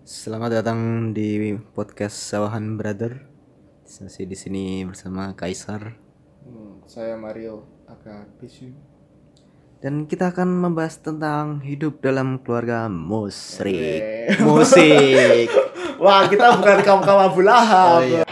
Selamat datang di podcast Sawahan Brother. Masih di sini bersama Kaisar. Saya Mario aka Bisu. Dan kita akan membahas tentang hidup dalam keluarga musrik. Weh. Musik. Wah, kita bukan kaum-kaum Abu Lahab. Oh, iya.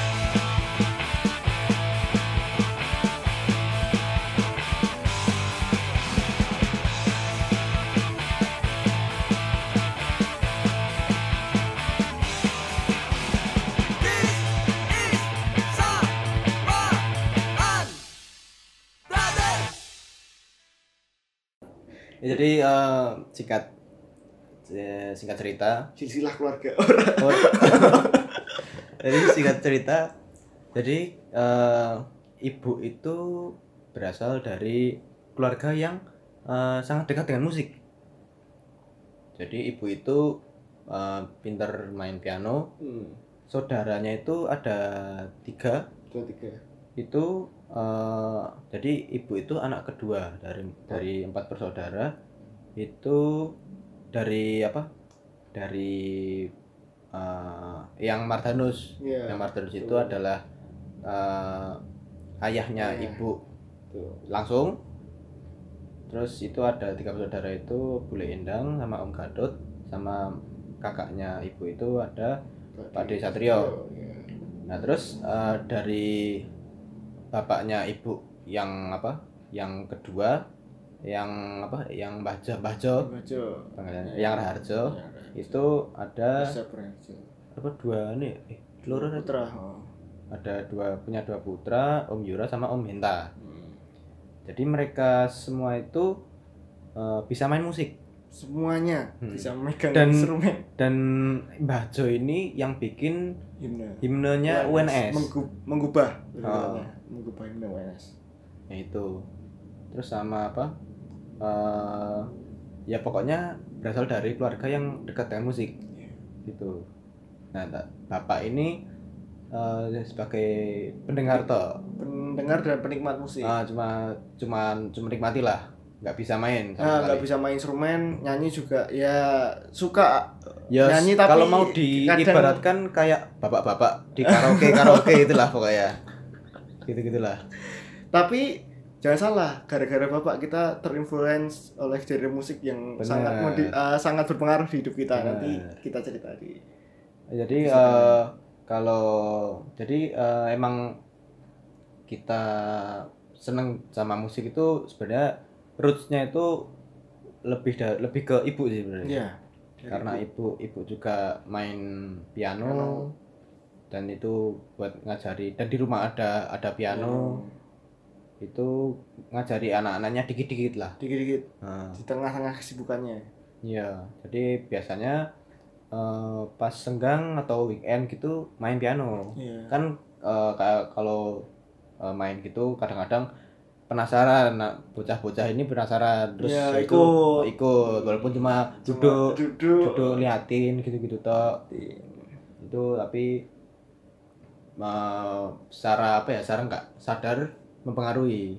Ya, jadi singkat cerita. Silsilah keluarga. Oh, jadi singkat cerita. Jadi ibu itu berasal dari keluarga yang sangat dekat dengan musik. Jadi ibu itu pintar main piano. Saudaranya itu ada tiga. Itu jadi ibu itu anak kedua dari 4 bersaudara. Itu dari yang Mardanus. Iya, Yang Mardanus itu betul. adalah ayahnya Iya. ibu Tuh. langsung. Terus itu ada 3 bersaudara itu Bule Endang sama Om Gadot, sama kakaknya ibu itu ada Pak De Satrio. Iya. Nah, terus dari bapaknya ibu yang kedua, yang Mbahjo Bajo. panggilannya, yang Raharjo, Iya. itu ada Bisa Raharjo. dua nih, telur Putra. ada punya dua putra, Om Yura sama Om Henta. Jadi mereka semua itu bisa main musik. Semuanya bisa megang Dan- instrumen. Dan Mbah Jo ini yang bikin Himne. himnenya UNS. Menggubah. Oh. Menggubah himne UNS. Ya itu. Terus sama ya pokoknya berasal dari keluarga yang dekat dengan musik. Gitu. Nah, bapak ini sebagai pendengar toh. Pendengar dan penikmat musik. Cuma nikmati lah, nggak bisa main sama Nggak sekali. bisa main instrumen, nyanyi juga ya suka Ya, nyanyi, tapi kalau mau kadang- diibaratkan kayak bapak-bapak di karaoke itulah pokoknya. Gitu-gitulah. Tapi jangan salah, gara-gara bapak kita terinfluence oleh genre musik yang Benar. sangat berpengaruh di hidup kita. Benar. Nanti kita cerita di Jadi emang kita seneng sama musik itu sebenarnya rootsnya itu lebih ke ibu sih sebenarnya. Iya. Karena ibu juga main piano, dan itu buat ngajari, dan di rumah ada piano. Itu ngajari anak-anaknya dikit-dikit lah. Dikit-dikit Nah, di tengah-tengah kesibukannya. iya, jadi biasanya pas senggang atau weekend gitu main piano. Iya. Kan kayak kalau main gitu kadang-kadang penasaran, bocah-bocah ini penasaran, terus Ya, itu ikut. ikut walaupun cuma duduk liatin gitu-gitu toh. Itu tapi secara nggak sadar mempengaruhi.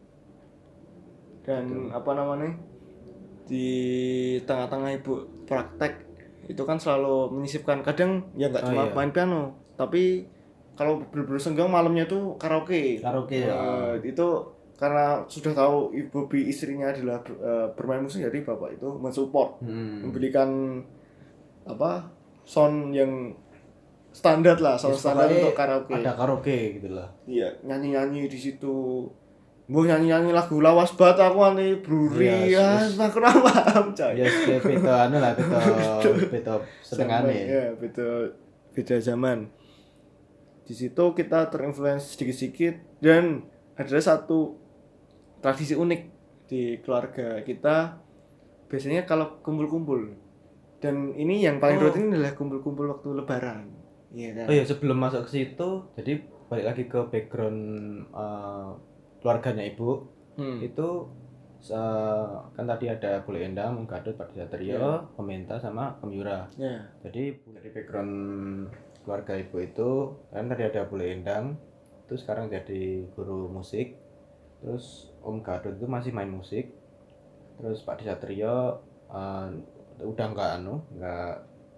Dan di tengah-tengah ibu praktek itu kan selalu menyisipkan, kadang ya nggak cuma main piano, tapi kalau bener-bener senggang malamnya itu karaoke Ya. itu karena sudah tahu ibu istrinya adalah bermain musik, jadi bapak itu mensupport, membelikan sound yang standar lah, sound standar untuk karaoke. Ada karaoke gitu lah. Iya, nyanyi di situ. Mbah nyanyi lagu lawas banget aku nanti bruri ya, aku ora paham coy. Ya beda beda setengahnya. Ya, beda zaman. Di situ kita terinfluence sedikit-sedikit, dan ada satu tradisi unik di keluarga kita. Biasanya kalau kumpul-kumpul, dan ini yang paling rutin adalah kumpul-kumpul waktu lebaran. Iya kan? Oh iya, sebelum masuk ke situ, jadi balik lagi ke background keluarganya ibu. Itu kan tadi ada Bule Endang, Om Gadot, Pak Satrio, Om Henta sama Om Yura. Jadi dari background keluarga ibu itu kan tadi ada Bule Endang, itu sekarang jadi guru musik. Terus Om Gadot itu masih main musik. Terus Pak Satrio udah nggak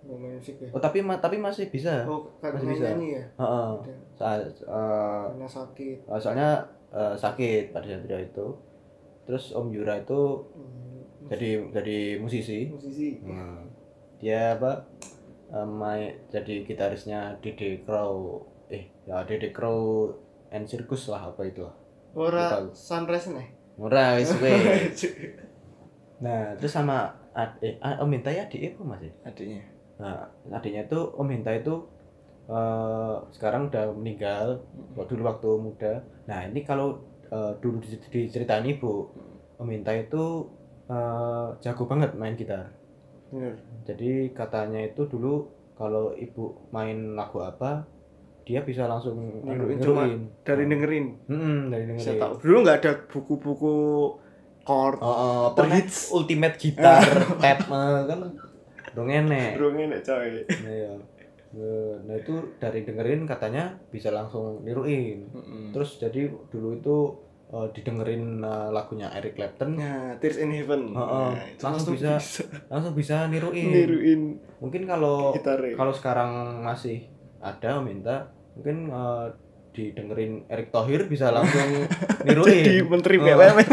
main musik ya. Oh tapi masih bisa. Oh, Masih karena bisa. nyanyi ya. Heeh. Karena sakit. Soalnya sakit pada Satrio itu. Terus Om Yura itu jadi musisi. Dia apa? Jadi gitarisnya Dede Crow. Dede Crow and Circus lah apa itu. Ora Sunrise nih. Murah wis we. Nah, terus sama Om Hinta ya adik itu masih. Adiknya. Nah, adiknya itu Om Hinta itu sekarang udah meninggal dulu waktu muda. Nah, ini kalau dulu diceritain ibu, Om Hinta itu jago banget main gitar. Bener. Jadi katanya itu dulu kalau ibu main lagu apa, dia bisa langsung niruin cuma dari dengerin. Dari dengerin. Saya tahu dulu nggak ada buku-buku chord. Hits Ultimate Gitar tab kan dong enek coy. Nah itu dari dengerin katanya bisa langsung niruin. Terus jadi dulu itu didengerin lagunya Eric Clapton. Nah, Tears in Heaven. Langsung bisa niruin. Mungkin kalau sekarang masih ada minta mungkin didengerin Erick Thohir bisa langsung niruin. Jadi menteri BUMN.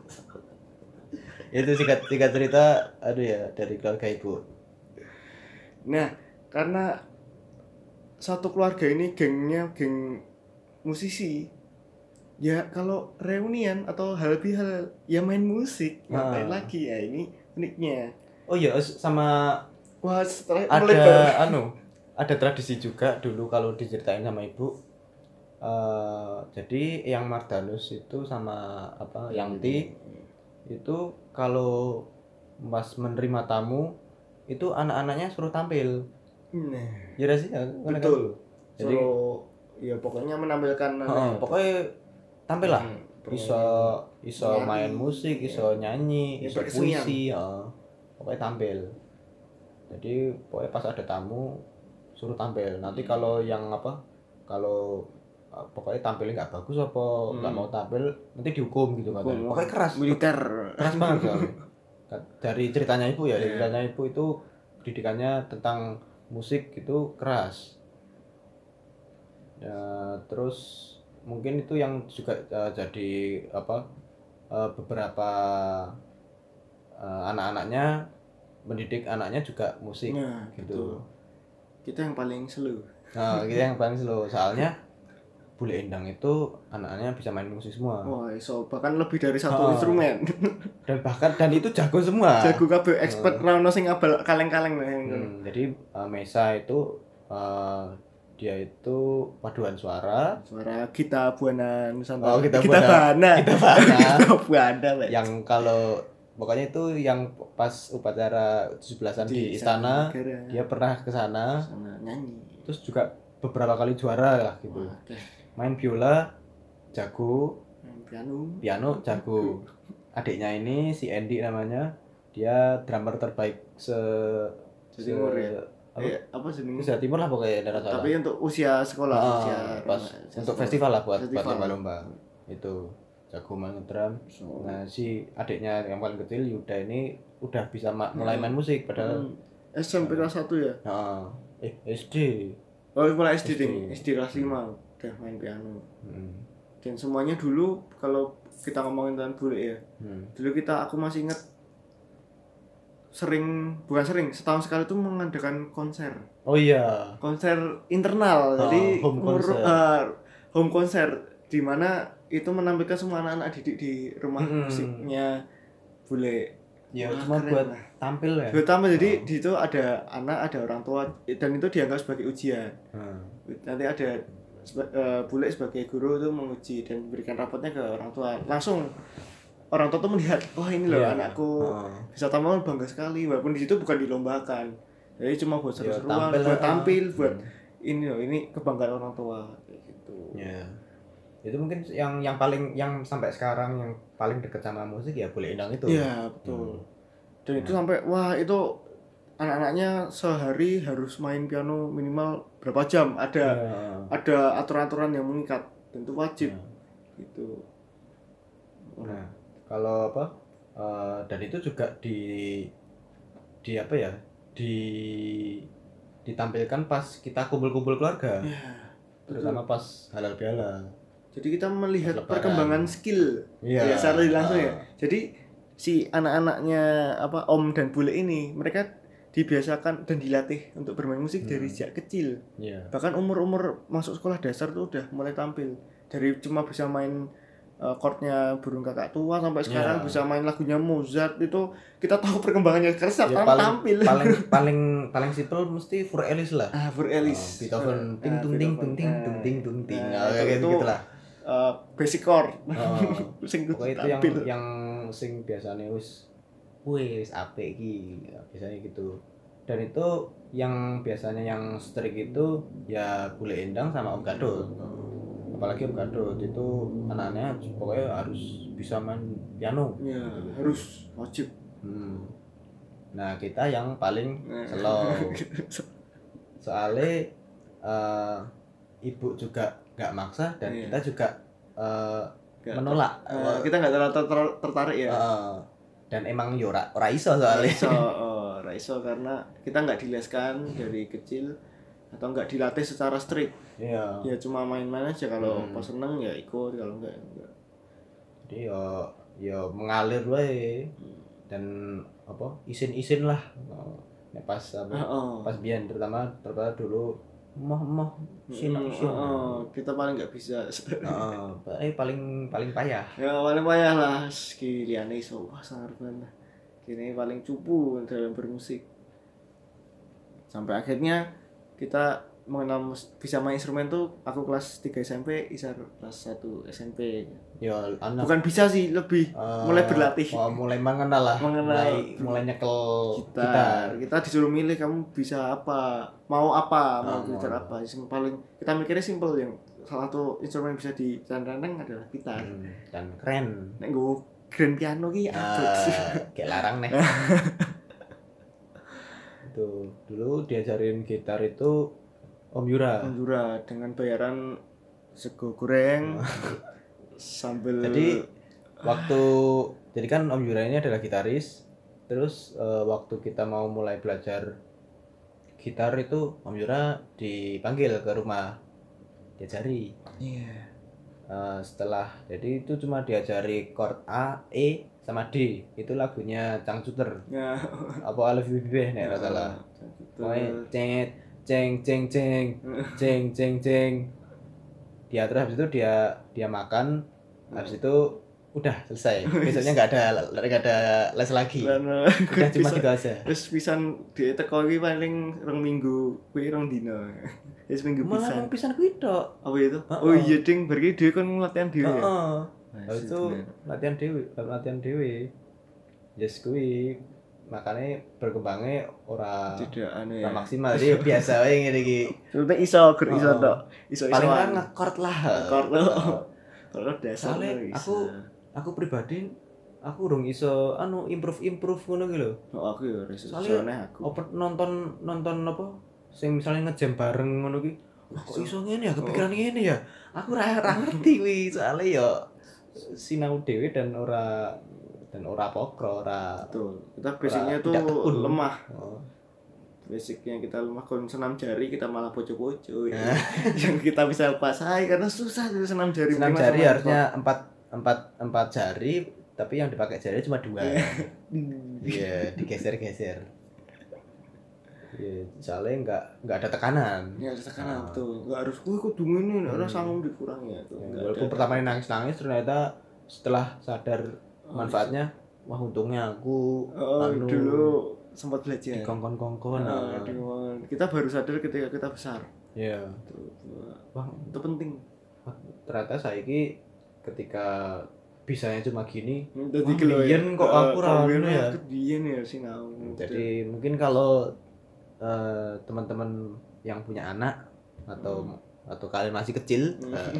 Itu singkat cerita dari keluarga ibu. Nah, karena satu keluarga ini geng musisi. Ya kalau reunian atau hal ya main musik, ngapain lagi ya, ini uniknya. Oh iya, sama ada tradisi juga dulu kalau diceritain sama ibu. Jadi yang Mardanus itu sama Yangti itu kalau pas menerima tamu itu anak-anaknya suruh tampil. Nah, ya sih ya, betul. Jadi ya pokoknya menampilkan pokoknya tampil lah. Iso main musik, iso nyanyi, iso puisi, pokoknya tampil. Jadi pokoknya pas ada tamu suruh tampil. Nanti kalau pokoknya tampilnya nggak bagus apa nggak mau tampil nanti dihukum gitu kan. Pokoknya keras, militer, keras banget soalnya. Dari ceritanya ibu ya, ceritanya ibu itu pendidikannya tentang musik itu keras. Ya, terus mungkin itu yang juga jadi beberapa anak-anaknya mendidik anaknya juga musik. Nah, gitu. Kita yang paling slow. Kita yang paling slow soalnya Bule Endang itu anak-anaknya bisa main musik semua. Wah, bahkan lebih dari satu instrumen. Dan itu jago semua. Jago kabeh, expert rono sing abal kaleng-kaleng. Jadi Mesa itu dia itu paduan suara Gita Buana Nusantara. Gita Buana. Yang kalau pokoknya itu yang pas upacara 17-an di istana negara. Dia pernah ke sana nyanyi. Terus juga beberapa kali juara lah gitu. Main biola jago, piano jago. Adiknya ini si Andy namanya, dia drummer terbaik Timur ya. Jawa Timur lah pokoknya daerah salah. Tapi untuk usia sekolah, untuk festival lah buat lomba-lomba. Itu jago main drum. Nah, si adiknya yang paling kecil Yuda ini udah bisa mulai main musik padahal SMP kelas 1 ya? SD. Oh, mulai SD kelas 5 udah main piano. Dan semuanya dulu kalau kita ngomongin tentang bule ya. Dulu aku masih ingat setahun sekali itu mengadakan konser. Oh iya. Konser internal. Jadi home konser di mana itu menampilkan semua anak-anak didik di rumah musiknya bule. Ya, cuma buat tampil ya. Buat tampil, jadi di situ ada anak, ada orang tua, dan itu dianggap sebagai ujian. Nanti ada bule sebagai guru itu menguji dan memberikan rapotnya ke orang tua. Langsung orang tua tuh melihat, wah ini loh anakku bisa tampil, bangga sekali. Walaupun di situ bukan dilombakan, jadi cuma buat seru-seruan, buat tampil, buat ini loh, ini kebanggaan orang tua kayak gitu. Ya. Itu mungkin yang sampai sekarang yang paling dekat sama musik ya Bule Endang itu. Iya, betul. Dan itu sampai itu anak-anaknya sehari harus main piano minimal berapa jam, ada aturan-aturan yang mengikat dan itu wajib gitu. Nah, kalau dan itu juga di ditampilkan pas kita kumpul-kumpul keluarga. Ya, Terutama pas halal bihalal. jadi kita melihat Lebaran. perkembangan skill Iya. ya secara langsung ya. Jadi si anak-anaknya apa om dan bule ini mereka dibiasakan dan dilatih untuk bermain musik dari sejak kecil. Iya. Bahkan umur-umur masuk sekolah dasar tuh udah mulai tampil. Dari cuma bisa main chordnya Burung Kakak Tua sampai sekarang Iya. bisa main lagunya Mozart, itu kita tahu perkembangannya karena setiap Ya, tahun tampil. paling simpel mesti Fur Elis lah. Fur Elis. Beethoven ting tung ting tung ting tung ting tung ting. Itu Gitu lah. Basic chord. Sing Sing pokoknya itu tampil. yang sing biasanya wis apik iki. Ya, biasanya gitu. Dan itu yang biasanya yang strict itu ya Bule Endang sama Om Gadot. Apalagi Om Gadot itu anaknya pokoknya harus bisa main piano. Ya, harus wajib. Nah, kita yang paling slow. Soalnya ibu juga nggak maksa dan kita juga menolak. Kita nggak terlalu tertarik ya. Dan emang yo ora iso soalnya. Raiso karena kita nggak dileskan dari kecil atau nggak dilatih secara strict. Iya. Ya cuma main-main aja, kalau pas seneng ya ikut, kalau enggak. Jadi yo mengalir wae. Dan apa isin lah. Nek pas pas biyen terutama dulu moh sin. Kita paling nggak bisa. Paling payah. Ya paling payah lah sekiliane iso wah sangar banget. Kini paling cupu dalam bermusik. Sampai akhirnya kita mengenal bisa main instrumen tuh aku kelas 3 SMP, Isar kelas 1 SMP. Ya anak Bukan bisa sih, lebih mulai berlatih. Mulai mengenal lah. Mulai nyekel gitar. Kita disuruh milih kamu bisa apa, mau belajar apa. Yang paling kita mikirnya simpel, yang salah satu instrumen bisa dicandang adalah gitar. Dan keren. Nek nggo grand piano ki kayak larang nih. Itu dulu diajarin gitar itu Om Yura dengan bayaran sego goreng sambil. Jadi kan Om Yura ini adalah gitaris. Terus waktu kita mau mulai belajar gitar itu Om Yura dipanggil ke rumah diajari. Iya. Jadi itu cuma diajari chord A, E sama D. Itu lagunya Cangcuter. Ya. Apa Alif Bibih nek ora salah. Pokoknya ceng ceng ceng ceng ceng ceng. Dia terus habis itu dia makan, habis itu udah selesai. Besoknya nggak ada les lagi. Udah cuma gitu aja. Terus pisan dia teko iki paling 2 minggu, kuwi 2 dino. Wis minggu pisan. Malah pisan kuwi tok. Apa itu? Oh iya ding, berarti dhewe kon latihan dhewe ya. Habis itu latihan dhewe. Yes kuwi makanya berkembangnya ora maksimal, jadi biasa wae ngene iki. Sebetulnya iso tok. Iso paling ora ngekord lah. Kalau dasar. Aku pribadi aku urung iso improve ngono ki lho. Aku ya iso aku. Nonton apa sing misalnya ngejam bareng ngono ki. Kok iso ngene ya, kepikiran ngene ya. Aku ora ngerti kuwi, soalnya ya sinau dhewe dan ora pokro, ora. Betul. Kita basicnya tuh lemah. Basicnya kita lemah, kalau senam jari kita malah poco-poco. Yang kita bisa kuasai karena susah tuh senam jari. Senam jari harusnya 4 jari, tapi yang dipakai jari cuma 2. Iya, digeser-geser. Iya, soalnya enggak ada tekanan. Enggak ada tekanan tuh. Enggak harus kudu ngene, ora sanggup dikurangi ya tuh. Walaupun pertama nangis-nangis, ternyata setelah sadar manfaatnya, wah untungnya aku dulu sempat belajar di kongkon. Kita baru sadar ketika kita besar. Iya. Wah, itu penting. Ternyata saiki ketika bisanya cuma gini, kemudian kok aku rame ya. Jadi mungkin kalau teman-teman yang punya anak atau kalian masih kecil,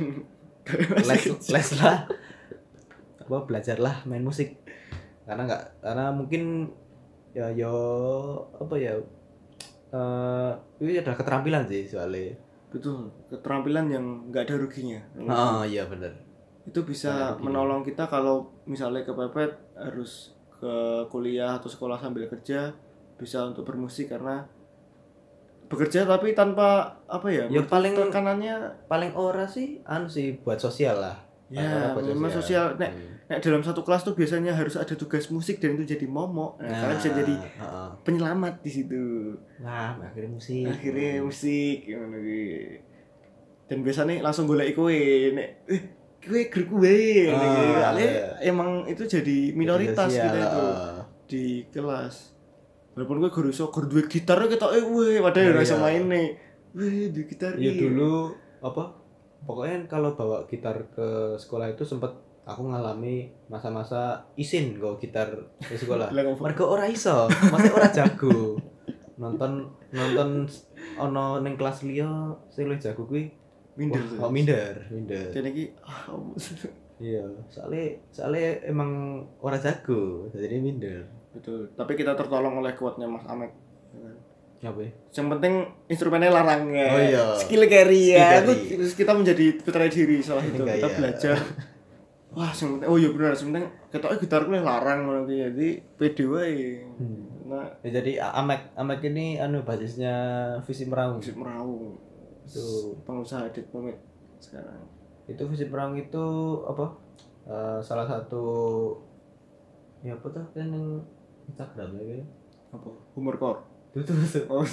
les lah, belajarlah main musik, karena mungkin ya apa ya, ini adalah keterampilan sih soalnya. Betul, keterampilan yang nggak ada ruginya. Iya benar. Itu bisa menolong kita kalau misalnya kepepet harus ke kuliah atau sekolah sambil kerja, bisa untuk bermusik karena bekerja tapi tanpa apa ya? Ya paling tekanannya paling ora sih sih buat sosial lah. ya, memang sosial. Nek dalam satu kelas tuh biasanya harus ada tugas musik dan itu jadi momok. Nah, kalian bisa jadi penyelamat di situ. Nah, akhirnya musik. Akhirnya musik ngono kuwi. Dan biasanya langsung golek kowe nek kowe grup kowe. Emang itu jadi minoritas kita itu di kelas. Walaupun gue guru iso gur duwe gitar ketoke padahal ora iso maine. Di gitar. Ya dulu apa? Pokoknya kalau bawa gitar ke sekolah itu sempet aku ngalami masa-masa isin go gitar ke sekolah. Mergo ora iso, maksudnya ora jago. Nonton ono ning kelas liya sing luwih jago kuwi minder. Oh, minder. Dan iki iya, soalnya emang ora jago, jadi minder. Betul. Tapi kita tertolong oleh kuatnya Mas Amek. Apa ya? Yang penting instrumennya larang ya. Oh iya. Skill carry ya. Terus kita menjadi percaya diri salah itu. Kita ya. belajar. Wah, oh iya benar, sebenarnya ketoknya gitarku larang ngono ki. Jadi pede wae. Nah, ya, jadi Amek ini basisnya Visi Meraung. Visi Meraung. Itu pengusaha Dit Pamit sekarang. Itu Visi Meraung itu apa? Salah satu ya apa tuh kan yang Instagram ya apa? Humor core. Betul. Oh,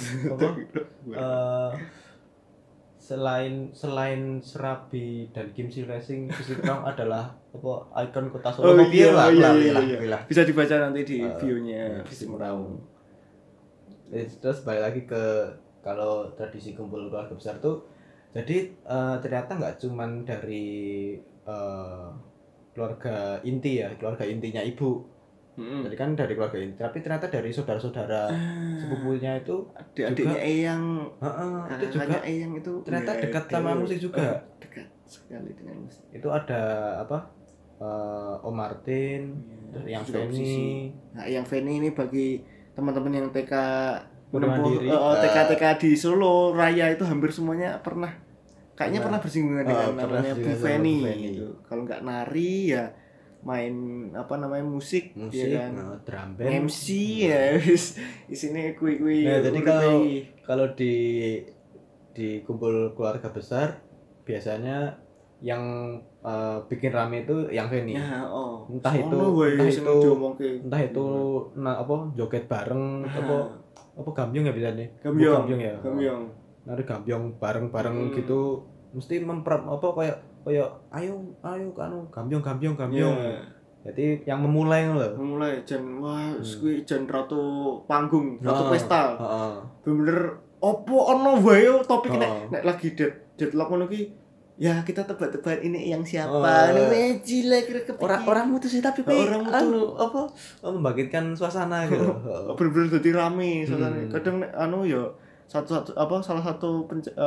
selain Serabi dan Kimchi Racing, Visi Meraung adalah apa ikon kota Solo. Iya. Bisa dibaca nanti di bio-nya Visi Meraung. Terus balik lagi ke kalau tradisi kumpul keluarga besar tuh, jadi ternyata nggak cuman dari keluarga inti ya, keluarga intinya ibu. Jadi kan dari keluarga inti, tapi ternyata dari saudara-saudara sepupunya itu adik-adiknya Eyang, itu juga Eyang itu ternyata dekat sama musik juga. Dekat sekali dengan musik. Itu ada apa? Om Martin, yang Feni. Nah, yang Feni ini bagi teman-teman yang TK Mandiri, TK di Solo Raya itu hampir semuanya pernah pernah bersinggungan dengan namanya Bu Feni gitu. Kalau nggak nari ya main apa namanya musik ya kan, drum band, MC ya di sini kui. Nah, jadi kalau di kumpul keluarga besar biasanya yang bikin rame itu yang Feni. Ya, entah itu apa joget bareng apa gambyong ya biasanya. Gambyong ya. Nari gambyong bareng gitu mesti apa kayak ayo kanu gambyong. Yeah. Jadi yang memulai loh. Kuwi jan ratu panggung, ratu pesta. Bener opo ono wae topik nek lagi deadlock ngono ki. Ya kita tebak-tebakan ini yang siapa. Orang mutus sih tapi apa membangkitkan suasana gitu. Bener-bener dadi rame suasana. Kadang ya salah satu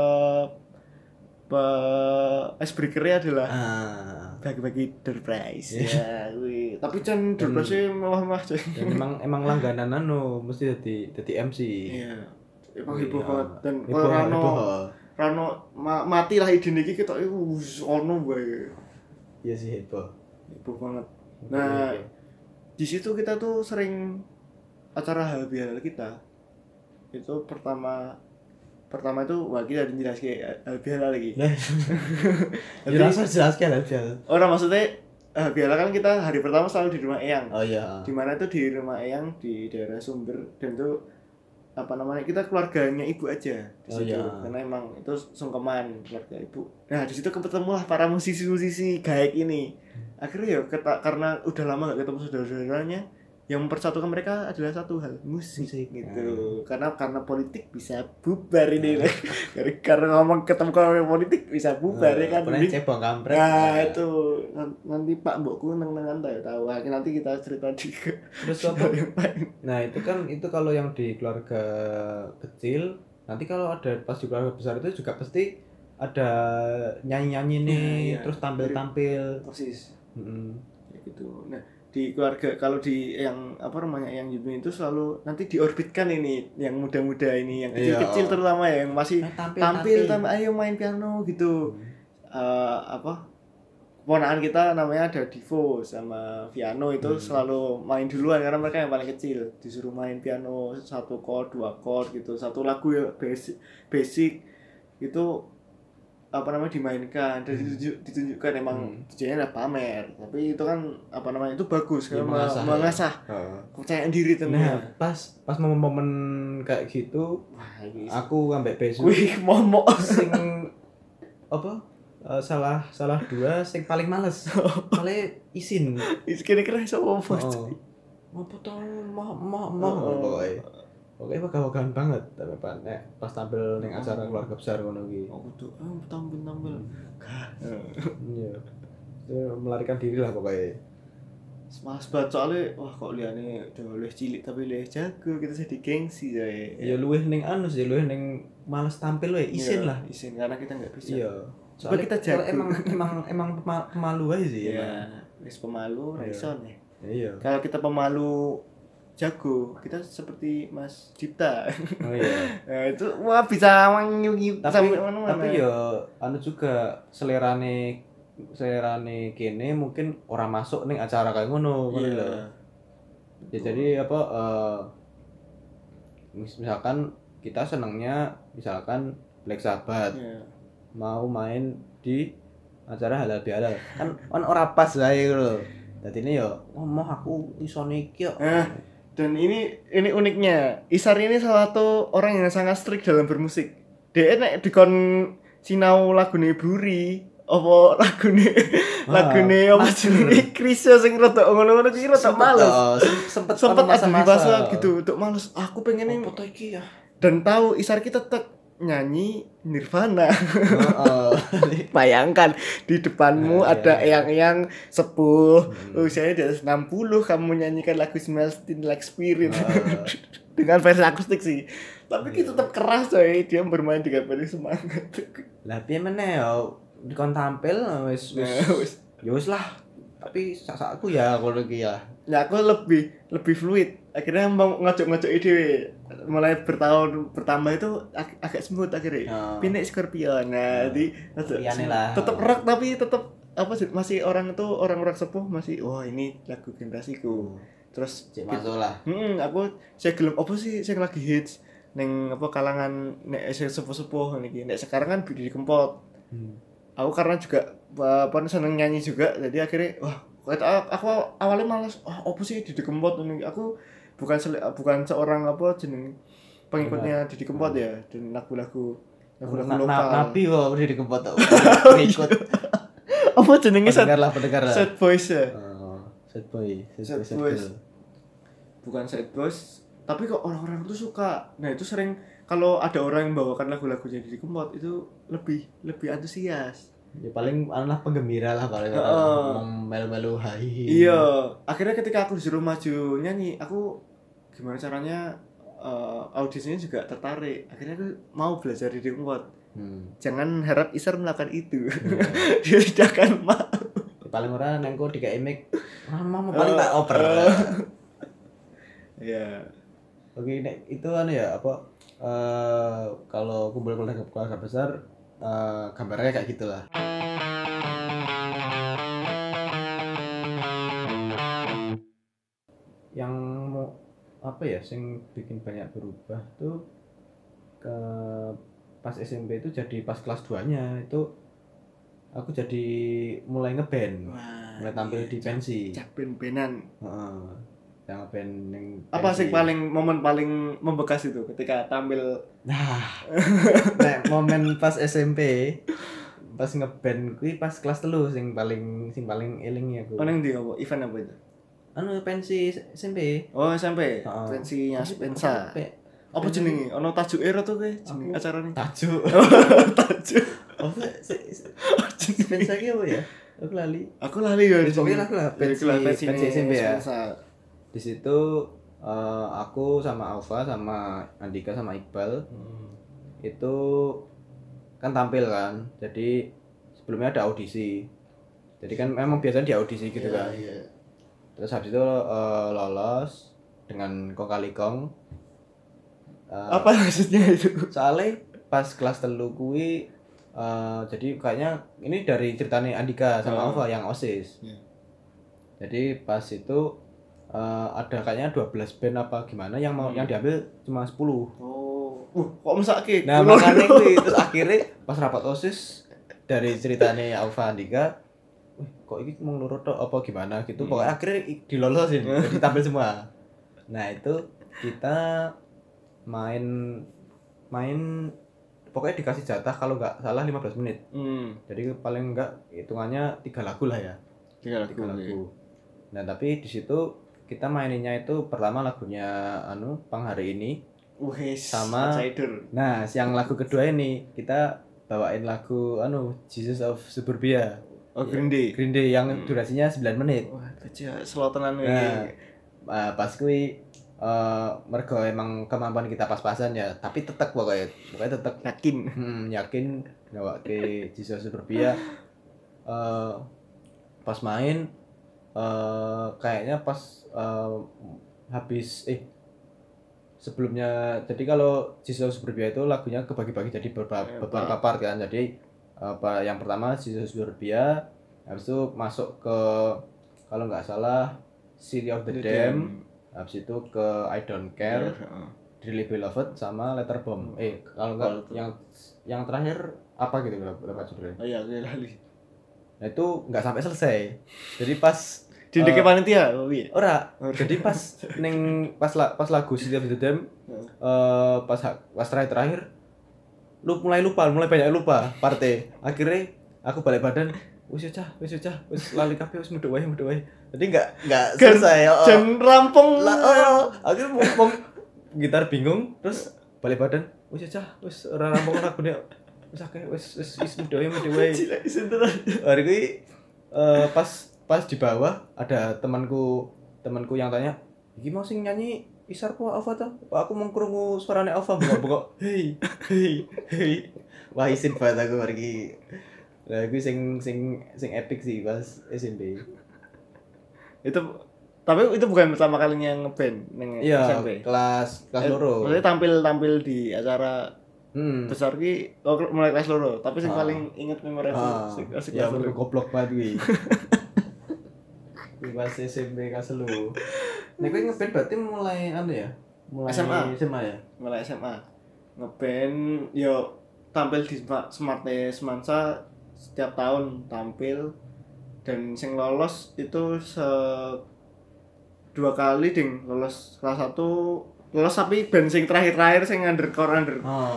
icebreaker-nya adalah bagi-bagi door prize ya kuwi. Tapi can door prize mewah-mewah coy. Emang langganan mesti dadi MC. Iya. Emang heboh banget dan Rano mati lah ide iki ketok ono wae. Iya sih heboh banget. Nah, di situ kita tuh sering acara halal kita. Itu pertama itu kita jelaskan halal lagi. Jelaskan halal. Orang maksudnya biasa kan kita hari pertama selalu di rumah Eyang. Oh iya. Di mana tuh di rumah Eyang di daerah Sumber dan tuh apa namanya kita keluarganya ibu aja di situ. Karena emang itu sungkeman keluarga ibu. Nah di situ ketemulah para musisi gaek ini. Akhirnya ya karena udah lama gak ketemu saudara-saudaranya, yang mempersatukan mereka adalah satu hal, musik gitu. Karena politik bisa bubar ini. Karena ngomong ketemu politik bisa bubar ya kan. Cebong kampret. Nah, itu nanti Pak Mbokku neng-nengan tahu. Nanti kita cerita di terus apa? Nah, itu kalau yang di keluarga kecil, nanti kalau ada pas di keluarga besar itu juga pasti ada nyanyi-nyanyi nih, terus tampil-tampil. Persis. Ya gitu. Nah, di keluarga kalau di yang apa namanya yang Yumi itu selalu nanti diorbitkan ini yang muda-muda ini yang kecil-kecil terutama yang masih tampil ayo main piano gitu. ponakan kita namanya ada Divo sama Viano itu selalu main duluan karena mereka yang paling kecil, disuruh main piano 1 chord 2 chord gitu, satu lagu ya basic itu apa namanya dimainkan dan ditunjukkan. Emang tujuannya ada pamer, tapi itu kan apa namanya itu bagus Ya, karena mengasah kepercayaan diri tentunya. Nah, pas momen-momen kayak gitu, aku ambek Besu wih momok sing apa salah dua sing paling males paling isin kira-kira sama apa apa tau pokoknya wegah-wegahan banget tapi pas tampil ning acara keluarga besar ngono iki tuh tampil iya itu melarikan diri lah pokoknya Mas banget soalnya wah kok liane udah luwih cilik tapi luwih jago kita jadi gengsi ya luwih ning anu sih luwih ning males tampil wae isin lah isin karena kita enggak bisa iya soalnya kita jago emang pemalu aja sih ya wis pemalu raison ya iya kalau kita pemalu jago kita seperti Mas Dipta oh iya nah, itu wah bisa nyugi tapi ya anu juga selerane kene mungkin orang masuk ning acara kayak ngono lho. Ya jadi apa misalkan kita senengnya misalkan Black Sabbath mau main di acara halal bihalal kan ora pas wae lho. Dadine yo ngomong aku iso niki yo. Dan ini uniknya Isar ini salah satu orang yang sangat strict dalam bermusik. Dia nek dikon sinau lagune Buri apa lagune apa jenenge Krisya sing rada ngono-ngono iki rada males. Sempet ada masa gitu untuk males. Aku pengen foto iki ya. Dan tahu Isar kita tetap nyanyi Nirvana. Bayangkan di depanmu ada yang sepuh usianya di atas 60 kamu nyanyikan lagu Smells Like Spirit dengan versi akustik sih. Tapi kita tetap keras coy, dia bermain dengan penuh semangat. Lah piye meneh yo dikon tampil wis lah. Tapi sak-sakku ya ngono iki ya. Ya aku lebih fluid. Akhirnya mau ngocok-ngocok ide mulai bertambah itu agak smooth akhirnya. Pinek Scorpion. Nah, jadi tetap rock tapi tetap apa sih masih orang sepuh masih ini lagu generasiku. Terus masuk lah. Aku saya gelem apa sih sing lagi hits ning apa kalangan nek sepuh-sepuh niki. Nek sekarang kan Didi Kempot. Aku karena juga seneng nyanyi juga jadi akhirnya aku awalnya malas apa sih Didi Kempot ini aku bukan seorang apa jeneng pengikutnya Didi Kempot ya dan lagu-lagu lokal Nabi kok Didi Kempot tau ikut apa jenenge pendengar lah Sad Boys ya Sad Boys bukan Sad Boys tapi kok orang-orang tuh suka. Nah itu sering kalau ada orang yang bawakan lagu-lagunya Didi Kempot itu lebih antusias. Ya paling anak penggembira lah paling melu-melu hai. Iya, akhirnya ketika aku disuruh maju nyanyi, aku gimana caranya audisinya juga tertarik. Akhirnya aku mau belajar Didi Kempot. Jangan harap Isar melakukan itu. Dia tidak akan mau. Paling orang nengko dikai mic, mau paling tak oper. Iya. Oke, itu ya apa kalau kumpul keluarga besar gambarnya kayak gitulah. Yang mau apa ya sing bikin banyak berubah tuh ke pas SMP itu jadi pas kelas 2-nya itu aku jadi mulai ngeband. Mulai tampil di pensi. Ben-benan. Yang band yang apa sih momen paling membekas itu ketika tampil momen pas SMP pas ngeband kuwi pas kelas 3 sing paling eling aku. Nang ndi apa event apa itu? Pensi SMP. Oh SMP. Pensinya Spensa. Apa jenenge? Ono tajuk era tuh kowe jeneng acarane. Tajuk. Oh, Spensa ki apa ya? Aku lali ya. Pokoknya pensi SMP ya. Di situ aku sama Alfa sama Andika sama Iqbal itu kan tampil kan. Jadi sebelumnya ada audisi. Jadi kan memang biasanya di audisi gitu kan. Terus habis itu lolos dengan kong kali kong. Apa maksudnya itu? Soalnya pas kelas 3 kuwi jadi kayaknya ini dari ceritanya Andika sama Alfa yang OSIS. Jadi pas itu ada kayaknya 12 band apa gimana yang mau yang diambil cuma 10. Kok mesake? Nah, makanya kuwi terus akhirnya pas rapat OSIS dari ceritanya Alfa Andika, kok ini mau lurut tok apa gimana gitu. Pokoknya akhirnya dilolosin, jadi tampil semua. Nah, itu kita main pokoknya dikasih jatah kalau nggak salah 15 menit. Jadi paling enggak hitungannya 3 lagu lah ya. 3 lagu. Nah, tapi di situ kita maininnya itu pertama lagunya Pang Hari Ini. Sama nah, yang lagu kedua ini kita bawain lagu Jesus of Suburbia. Green Day yang durasinya 9 menit. Wah, aja slow tenan iki. Nah, pas kuwi mergo emang kemampuan kita pas-pasan ya, tapi tetep pokoknya tetep yakin ngawake Jesus Suburbia. Pas main kayaknya pas habis sebelumnya, jadi kalau Jesus Suburbia itu lagunya kebagi-bagi jadi beberapa part kan. Jadi yang pertama Jesus Suburbia, habis itu masuk ke kalau nggak salah City of the Dam, habis itu ke I Don't Care, Dearly Beloved sama Letter Bomb. Kalau nggak yang terakhir apa gitu berapa judulnya? Oh iya, lali. Nah, itu nggak sampai selesai. Jadi pas dindeke panitia ora. Jadi pas pas lagu City of the Dam pas terakhir mulai banyak lupa parte. Akhirnya aku balik badan, wis lali kabeh wis medhok wae. Jadi enggak selesai. Jan rampung. Akhirnya mau gitar bingung terus balik badan, wis ora rampung lagune. Wis akeh wis medhok wae. Hari kuwi pas di bawah ada temanku yang tanya, "Iki mau sing nyanyi Isar po Alfa ta? Aku mau krungu suarane Alfa bengok-bengok. Hei. Wah, isin banget aku pergi. Lah iku sing epic sih pas SMP. Tapi itu bukan pertama kalinya ngeband ning SMP. Kelas 2. Maksudnya tampil di acara besar ki mulai kelas 2, tapi sing paling inget memorable kelas ya goblok banget kuwi. Pas SMP kelas 2. Nek kowe ngeband berarti mulai ya? Mulai SMA ya? Mulai SMA. Ngeband yo tampil di Smart Semansa setiap tahun tampil, dan sing lolos itu 2 kali ding, lolos kelas 1 lolos, tapi band sing terakhir sing underground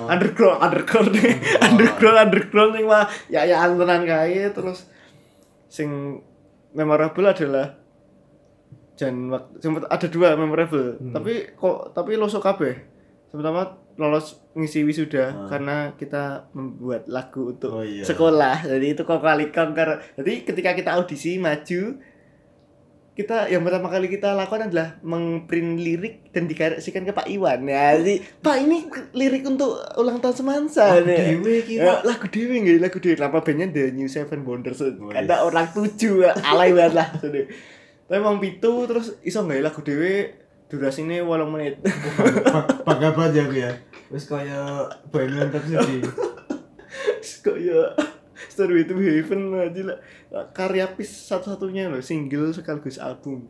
sing mah ya tenan kae. Terus sing memorable adalah sempat ada 2 memorable, tapi lolos kabeh. Pertama lolos ngisi wisuda karena kita membuat lagu untuk sekolah. Jadi itu kali kanker. Jadi ketika kita audisi maju, kita yang pertama kali kita lakukan adalah mengprint lirik dan dikasihkan ke Pak Iwan. Ya, jadi Pak, ini lirik untuk ulang tahun Semansa. Lagu dewe nggih, lagu dewe. Nama bandnya The New Seven Wonders. Ada orang 7, alay banget lah. Tapi emang pitu terus iso nggawe lagu dhewe durasine 8 menit. Bangga banget ya aku ya. Wis kaya boy mantap sih. Kaya Stairway to Heaven aja lah. Karya Pis satu-satunya loh, single sekaligus album.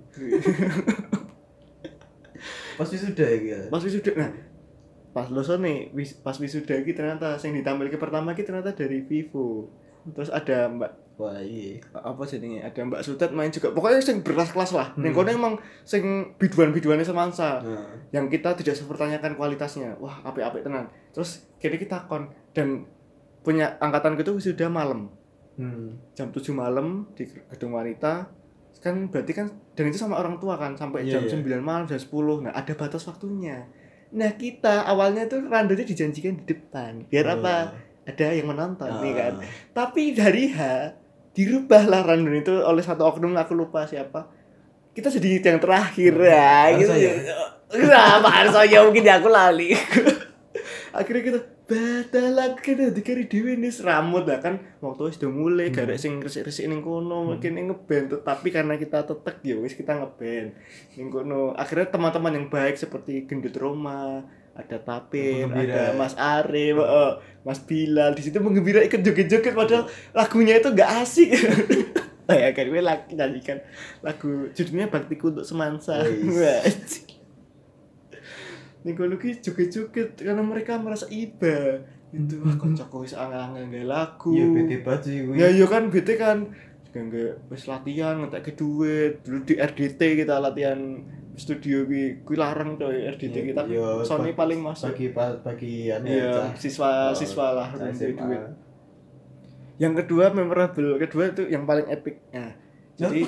Pas wisuda ya. Pas wisuda. Nah, pas losone pas wisuda iki ternyata sing ditampilke pertama iki ternyata dari Vivo. Terus ada Mbak apa jenenge? Ada Mbak Sutet main juga. Pokoknya sing berkelas-kelas lah. Ning kono emang sing biduan-biduane Semansa. Yang kita tidak mempertanyakan kualitasnya. Wah, apik-apik tenan. Terus kene kita kon dan punya angkatan gitu wisuda malam. Jam 7 malam di gedung wanita. Kan berarti kan, dan itu sama orang tua kan, sampai jam 9 malam, jam 10. Nah, ada batas waktunya. Nah, kita awalnya tuh randanya dijanjikan di depan. Biar apa? Ada yang menonton nih kan. Tapi dari dirubahlah random itu oleh satu oknum, aku lupa siapa. Kita jadi yang terakhir ya gitu. Kenapa harus aja mungkin aku lali. Akhirnya kita batal kita dikari dewe nih seramut lah kan. Waktu sudah mulai garek sing resik-resik ning kono mungkin ngeband, tapi karena kita tetek ya wis kita ngeband ning kono. Akhirnya teman-teman yang baik seperti Gendut Roma, ada Tapir, Penggembira. ada Mas Arif, Mas Bilal di situ menggembira ikut joget-joget padahal lagunya itu nggak asik. Ya kan gue lagi nyanyikan lagu judulnya Baktiku untuk Semansa. Wis. Niku lagi joget-joget karena mereka merasa iba. Itu kocok wis angel-angel nggawe lagu. Iya bete banget sih kuwi. Ya iya kan bete kan. Nggak wis latihan ngetek duit. Dulu di RDT kita latihan studio kuwi larang coy RDT kita. Sony paling masuk. Bagi Iya, siswa lah duit. Yang kedua memorable, kedua itu yang paling epic. Nah, jadi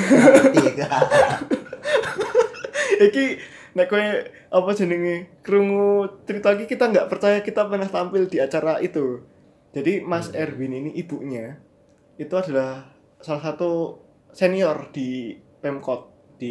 iki nek kowe apa jenenge krungu cerita iki kita nggak percaya kita pernah tampil di acara itu. Jadi Mas Erwin ini ibunya itu adalah salah satu senior di Pemkot di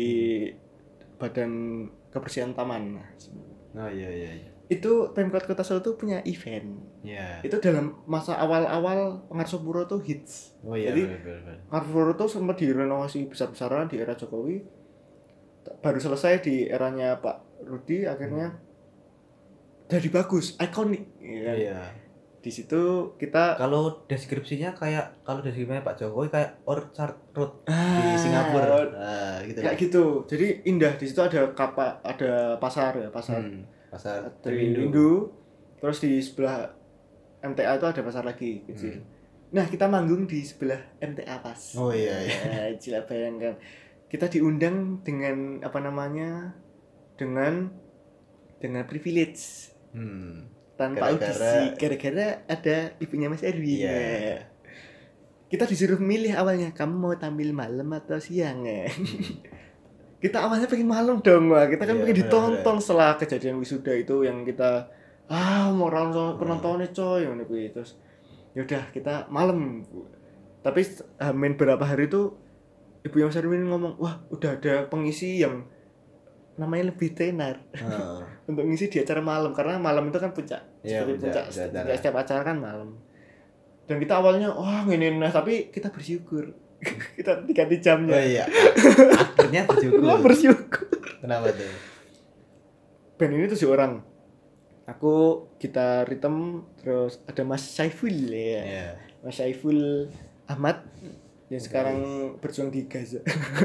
Badan Kebersihan Taman. Oh iya. Itu Pemkot Kota Solo tuh punya event. Iya. Itu dalam masa awal-awal Ngarsopuro tuh hits. Oh iya. Jadi bener. Ngarsopuro tuh sempat direnovasi besar-besaran di era Jokowi. Baru selesai di eranya Pak Rudi akhirnya jadi bagus, ikonik. Ya. Iya. Di situ kita Kalau deskripsinya Pak Jokowi kayak Orchard Road di Singapura. Nah, gitu. Kayak gitu. Jadi indah di situ ada pasar ya, pasar Triwindu. Terus di sebelah MTA itu ada pasar lagi kecil. Nah, kita manggung di sebelah MTA pas. Oh iya. Gila bayangkan. Kita diundang dengan apa namanya? Dengan privilege. Tanpa audisi gara-gara ada ibunya Mas Erwin. Iya. Kita disuruh milih awalnya, kamu mau tampil malam atau siang ya? Kita awalnya pengen malam dong, wah. Kita kan pengen ditonton setelah kejadian wisuda itu yang kita mau penontonnya coy ngono kuwi. Terus yaudah kita malam. Tapi hamin berapa hari itu ibu yang Sarwin ngomong, wah udah ada pengisi yang namanya lebih tenar untuk ngisi di acara malam karena malam itu kan puncak. Puncak setiap acara kan malam. Dan kita awalnya ngene tapi kita bersyukur. Kita diganti jamnya. Oh iya. Akhirnya bersyukur. Kenapa tuh? Band ini 7 orang. Aku gitar rhythm, terus ada Mas Saiful ya. Yeah. Mas Saiful Ahmad yang sekarang berjuang di Gaza.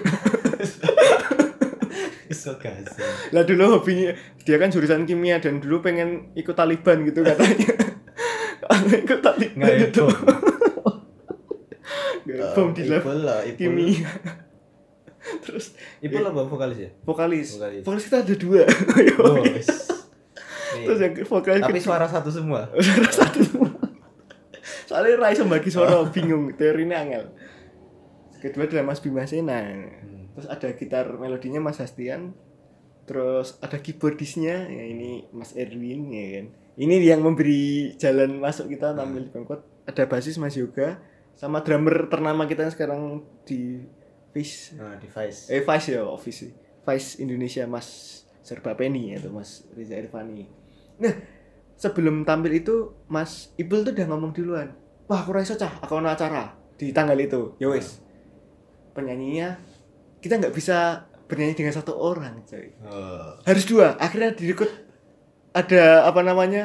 Gaza. Lah dulu hobinya dia kan jurusan kimia dan dulu pengen ikut Taliban gitu katanya. Ikut Taliban itu. Bom di lab kimia. Terus Ipul apa vokalis ya? Vokalis kita ada 2. Terus yang vokalis tapi suara satu semua. Soalnya Rai bagi suara bingung, teorinya angel. Kedua adalah Mas Bima Sena. Terus ada gitar melodinya Mas Hastian. Terus ada keyboardisnya ya ini Mas Erwin ya kan. Ini yang memberi jalan masuk kita tampil di Pemkot. Ada basis Mas Yoga sama drummer ternama kita yang sekarang di Vice. Vice ya, Vice Indonesia Mas Serba Penny atau Mas Riza Irfani. Nah, sebelum tampil itu Mas Ibul tuh udah ngomong duluan. Wah, aku rasa aku ada acara di tanggal itu. Ya wes. Penyanyinya kita nggak bisa bernyanyi dengan 1 orang, coy. Harus 2. Akhirnya direkrut ada apa namanya?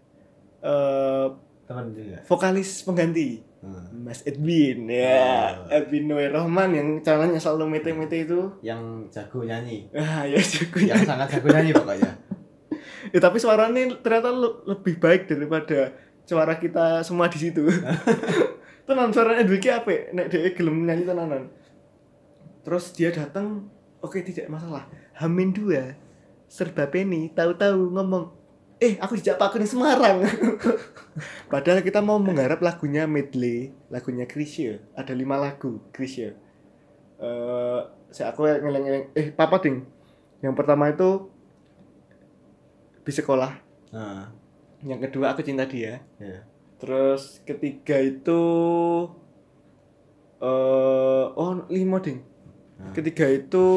Teman juga. Vokalis pengganti. Mas Edwin ya. Edwin Noe Rahman yang caranya selalu mete-mete itu. Yang jago nyanyi. Ya jago nyanyi. Yang sangat jago nyanyi pokoknya. Ya tapi suaranya ternyata lebih baik daripada suara kita semua di situ. Tenan suaranya Edwin ki apik, nek dhek gelem nyanyi tenanan. Terus dia datang, oke tidak masalah. Hamin 2 Serba Penny tahu-tahu ngomong, aku dijak Pak di Semarang. Padahal kita mau menggarap lagunya medley, lagunya Krisya. Ada 5 lagu Krisya. Aku ngeleng-ngeleng Papa ding. Yang pertama itu Bis Sekolah. Yang kedua Aku Cinta Dia. Terus ketiga itu 5 ding. Ketiga itu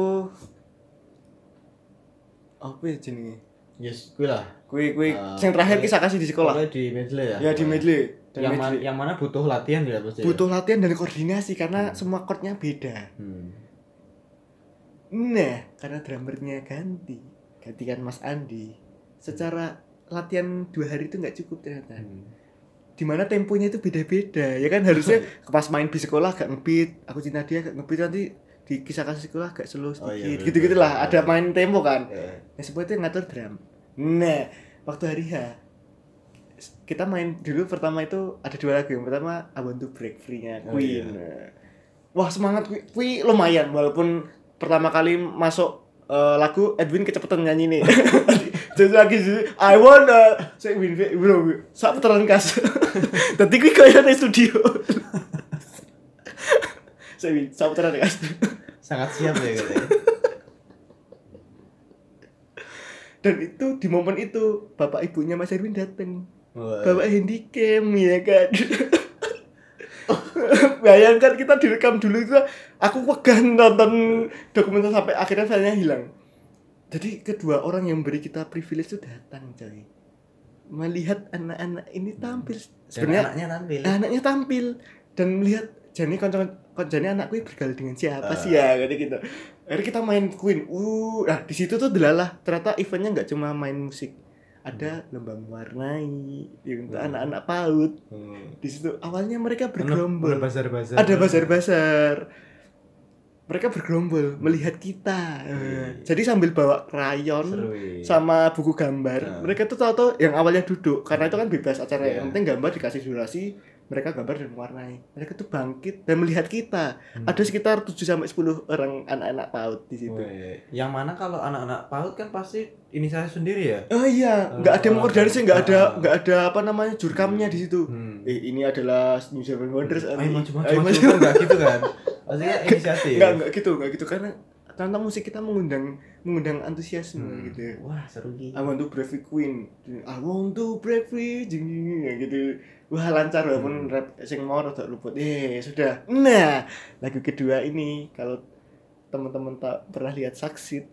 apa ya jenenge? Yes, kuwi lah. Kuwi sing terakhir kisah kasih di sekolah. Di medley ya. Ya di medley. Yang mana butuh latihan ya pasti. Butuh latihan dan koordinasi karena semua chordnya beda. Nah, karena drummernya gantikan Mas Andi. secara latihan 2 hari itu nggak cukup ternyata. Dimana temponya itu beda-beda ya kan, harusnya pas main di sekolah agak ngebeat, aku cinta dia agak ngebeat, nanti di kisah kasih sekolah agak slow sedikit, gitu-gitulah, ada main tempo kan. Nah semua itu ngatur drum. Nah waktu hari H kita main dulu, pertama itu ada 2 lagu. Yang pertama I Want to Break Free-nya Queen. Wah semangat Queen lumayan, walaupun pertama kali masuk lagu Edwin kecepatan nyanyi nih. Jadi lagi I wanna say win bro sak putaran kas. Dadi kuwi koyo nang studio. Saya win sak putaran kas. Sangat siap ya katanya. Dan itu di momen itu bapak ibunya Mas Erwin dateng. Bapak handicam ya kan. Bayangkan kita direkam dulu itu, aku wegah nonton dokumenter sampai akhirnya filenya hilang. Jadi kedua orang yang beri kita privilege itu datang coy, melihat anak-anak ini tampil. Sebenarnya anaknya tampil dan melihat Jani Jani anakku bergaul dengan siapa sih ya gitu. Akhirnya kita main Queen. Nah di situ tuh delalah ternyata eventnya nggak cuma main musik, ada lomba mewarnai untuk anak-anak PAUD. Di situ awalnya mereka bergerombol. Ada bazar-bazar. Mereka bergerombol melihat kita. Jadi sambil bawa krayon sama buku gambar. Mereka tuh tahu yang awalnya duduk karena itu kan bebas acara. Yang penting gambar dikasih durasi, mereka gambar dan mewarnai. Mereka tuh bangkit dan melihat kita. Ada sekitar 7 sampai 10 orang anak-anak PAUD di situ. Yang mana kalau anak-anak PAUD kan pasti inisiatif sendiri ya? Oh iya, enggak ada mengkoordinasi, enggak ada apa namanya jurkamnya di situ. Ini adalah New Seven Wonders. Maju enggak gitu kan? Maksudnya inisiatif. Enggak gitu karena tentang musik kita mengundang antusiasme gitu. Wah, seru gitu. I want to break free Queen. I want to break free gitu. Wah, lancar walaupun rap sing mau rada luput. Sudah. Nah, lagu kedua ini kalau teman-teman tak pernah lihat Succeed.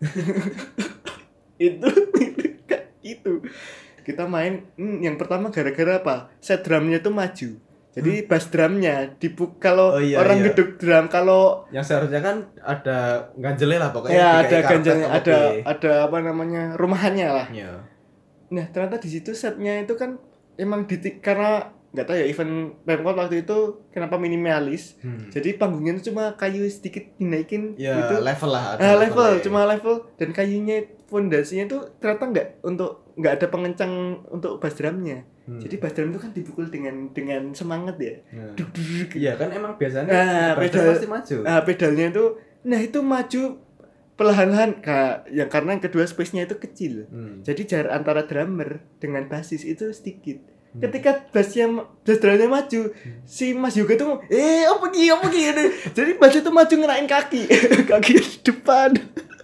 itu kita main yang pertama gara-gara apa? Set drumnya tuh maju. Jadi bass drumnya kalau geduk drum, kalau yang seharusnya kan ada ganjelnya lah pokoknya. Ya ada ganjelnya, ada apa namanya rumahannya lah. Ya. Nah ternyata di situ setnya itu kan emang karena nggak tahu ya event Pemkot waktu itu kenapa minimalis. Jadi panggungnya itu cuma kayu sedikit dinaikin gitu. Level lah. Cuma level dan kayunya fondasinya itu ternyata nggak ada pengencang untuk bass drumnya. Jadi bass drum itu kan dipukul dengan semangat ya. Iya kan emang biasanya pedal pasti maju. Pedalnya itu maju perlahan-lahan karena yang kedua space-nya itu kecil. Jadi jarak antara drummer dengan bassis itu sedikit. Ketika bass drumnya maju, si Mas Yoga tuh apa gini. Jadi bass itu maju ngenain kaki depan.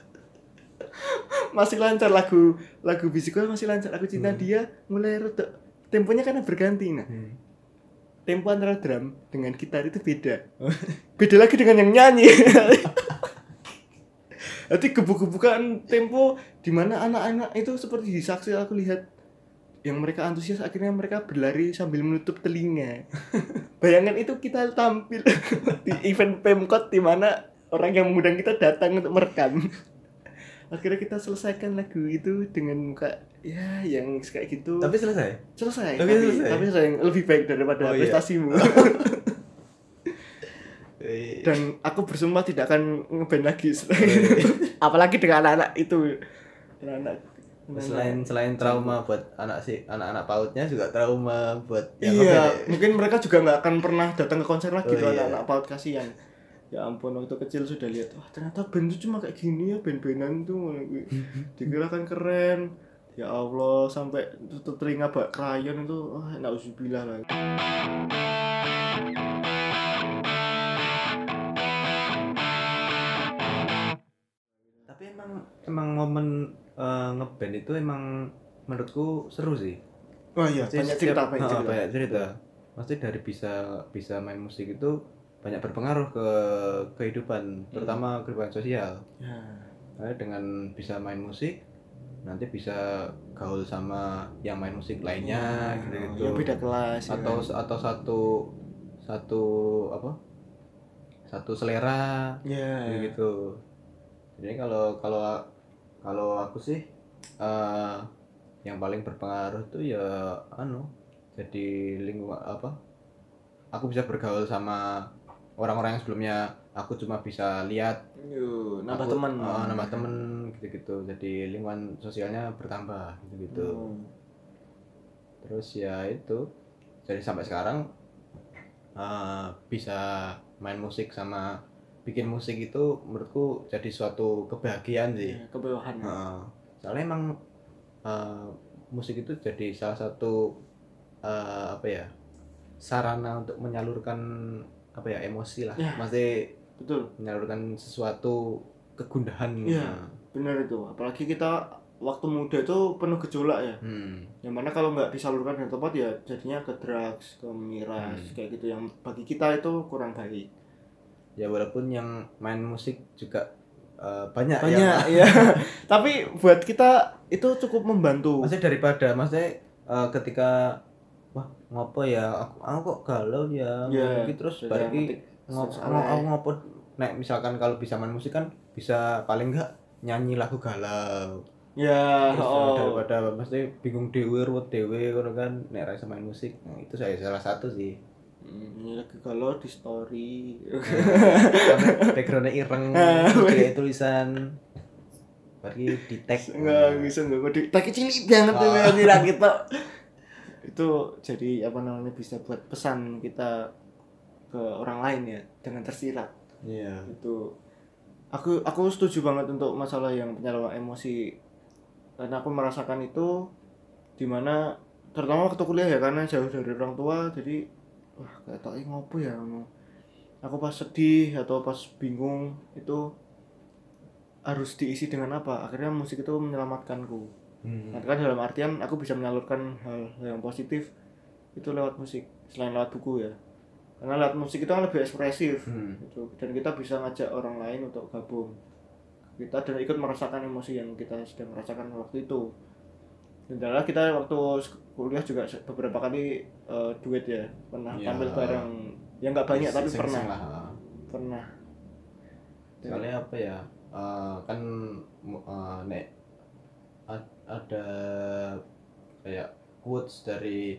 Masih lancar lagu Bisikul masih lancar. Aku cinta dia mulai rada temponya karena berganti. Nah tempo antara drum dengan gitar itu beda lagi dengan yang nyanyi. Jadi gebuk-gebukan tempo di mana anak-anak itu seperti di saksi aku lihat yang mereka antusias, akhirnya mereka berlari sambil menutup telinga. Bayangan itu kita tampil di event Pemkot di mana orang yang mengundang kita datang untuk merekam. Akhirnya kita selesaikan lagu itu dengan muka ya yang kayak gitu. Tapi selesai. Tapi yang lebih baik daripada prestasimu. Dan aku bersumpah tidak akan ngeband lagi. Apalagi dengan anak-anak itu. Selain trauma buat anak-anak PAUD-nya juga trauma buat yang mungkin mereka juga nggak akan pernah datang ke konser lagi tuh anak-anak PAUD, kasihan. Ya ampun, waktu kecil sudah lihat, wah ternyata band itu cuma kayak gini ya, band-bandan tuh dikira kan keren. Ya Allah, sampai tutup telinga bak krayon itu, wah nauzubillah lah. Tapi emang momen ngeband itu emang menurutku seru sih. Oh iya, banyak cerita. Maksudnya dari bisa main musik itu banyak berpengaruh ke kehidupan, terutama kehidupan sosial. Karena dengan bisa main musik, nanti bisa gaul sama yang main musik lainnya, gitu. Yang beda kelas. Atau satu selera, gitu. Jadi kalau aku sih, yang paling berpengaruh tuh ya jadi lingkungan aku bisa bergaul sama orang-orang yang sebelumnya aku cuma bisa lihat, nambah teman gitu-gitu, jadi lingkungan sosialnya bertambah gitu. Terus ya itu, jadi sampai sekarang bisa main musik sama bikin musik itu menurutku jadi suatu kebahagiaan sih. Kebahagiaan. Soalnya emang musik itu jadi salah satu sarana untuk menyalurkan emosi lah. Masih betul, menyalurkan sesuatu kegundahan. Benar itu. Apalagi kita waktu muda itu penuh gejolak ya. Yang mana kalau nggak disalurkan dengan tepat ya jadinya ke drugs, ke miras, kayak gitu, yang bagi kita itu kurang baik. Ya walaupun yang main musik juga banyak ya. Tapi buat kita itu cukup membantu. Maksudnya ketika wah ngopo ya aku kok galau ya, terus balik ngopo nek misalkan kalau bisa main musik kan bisa paling enggak nyanyi lagu galau. Daripada mesti bingung dhewe ruwet dhewe ngono kan nek ra main musik. Itu saya salah satu sih. Ini lagi galau di story. Backgroundnya ireng, kayak tulisan pergi di tag. Enggak bisa di tag cilik banget tuh ya kita. Itu jadi bisa buat pesan kita ke orang lain ya dengan tersirat. Itu aku setuju banget untuk masalah yang penyaluran emosi, karena aku merasakan itu dimana terutama waktu kuliah ya, karena jauh dari orang tua, jadi wah gak tau ngopo ya, aku pas sedih atau pas bingung itu harus diisi dengan apa, akhirnya musik itu menyelamatkanku. Nah, kan dalam artian aku bisa menyalurkan hal yang positif itu lewat musik selain lewat buku ya, karena lewat musik itu kan lebih ekspresif gitu, dan kita bisa ngajak orang lain untuk gabung kita dan ikut merasakan emosi yang kita sedang merasakan waktu itu. Dan kita waktu kuliah juga beberapa kali duet ya, pernah tampil bareng, ya nggak banyak tapi pernah. Soalnya kan nek ada kayak quotes dari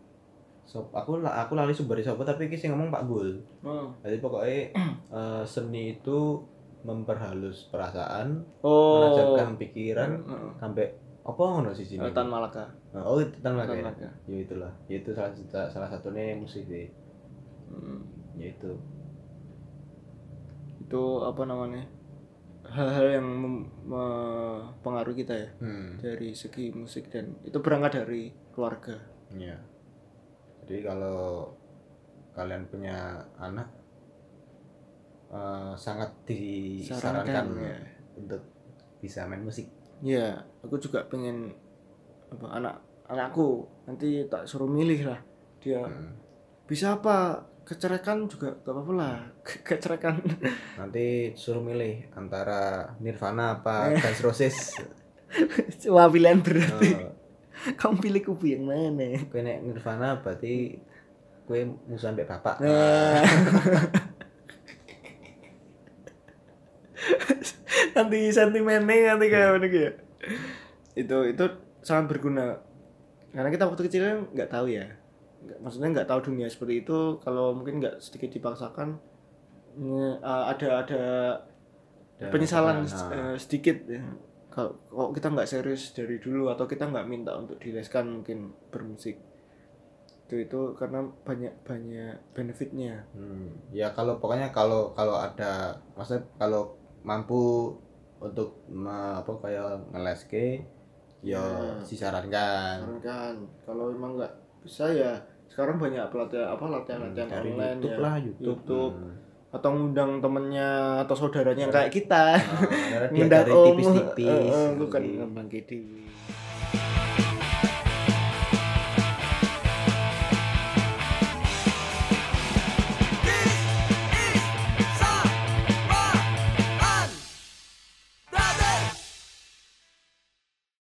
aku lali sumber siapa, tapi iki sing ngomong Pak Gul. Jadi pokoknya seni itu memperhalus perasaan, menajamkan pikiran, sampai apa ngono sih sini? Tan Malaka. Tan Malaka. Ya itulah. Ya itu salah satunya musik sih. Ya itu. Itu hal-hal yang mempengaruhi kita ya. Dari segi musik, dan itu berangkat dari keluarga. Iya. Jadi kalau kalian punya anak sangat disarankan untuk bisa main musik. Iya, aku juga pengen anakku nanti tak suruh milih lah, dia bisa apa, kecerekan juga gak apa-apa lah. Kecerekan nanti suruh milih antara Nirvana apa Guns Roses. Wah, pilihan berarti. Kamu pilih kubu yang mana? Kowe nek Nirvana berarti kowe musuhan mbek bapak. Nanti sentimennya nanti kayak mana ya. Itu sangat berguna, karena kita waktu kecil kan nggak tahu ya, maksudnya nggak tahu dunia seperti itu. Kalau mungkin nggak sedikit dipaksakan, ada penyesalan sedikit ya. Kalau kita nggak serius dari dulu, atau kita nggak minta untuk dileskan mungkin bermusik itu karena banyak benefitnya. Ya pokoknya kalau ada, maksudnya kalau mampu untuk kayak ngeleske ya disarankan. Kalau emang nggak bisa ya sekarang banyak latihan online YouTube ya, lah, YouTube. Atau ngundang temennya atau saudaranya kayak kita, ngundang dari tipis-tipis bukan ngembang gede.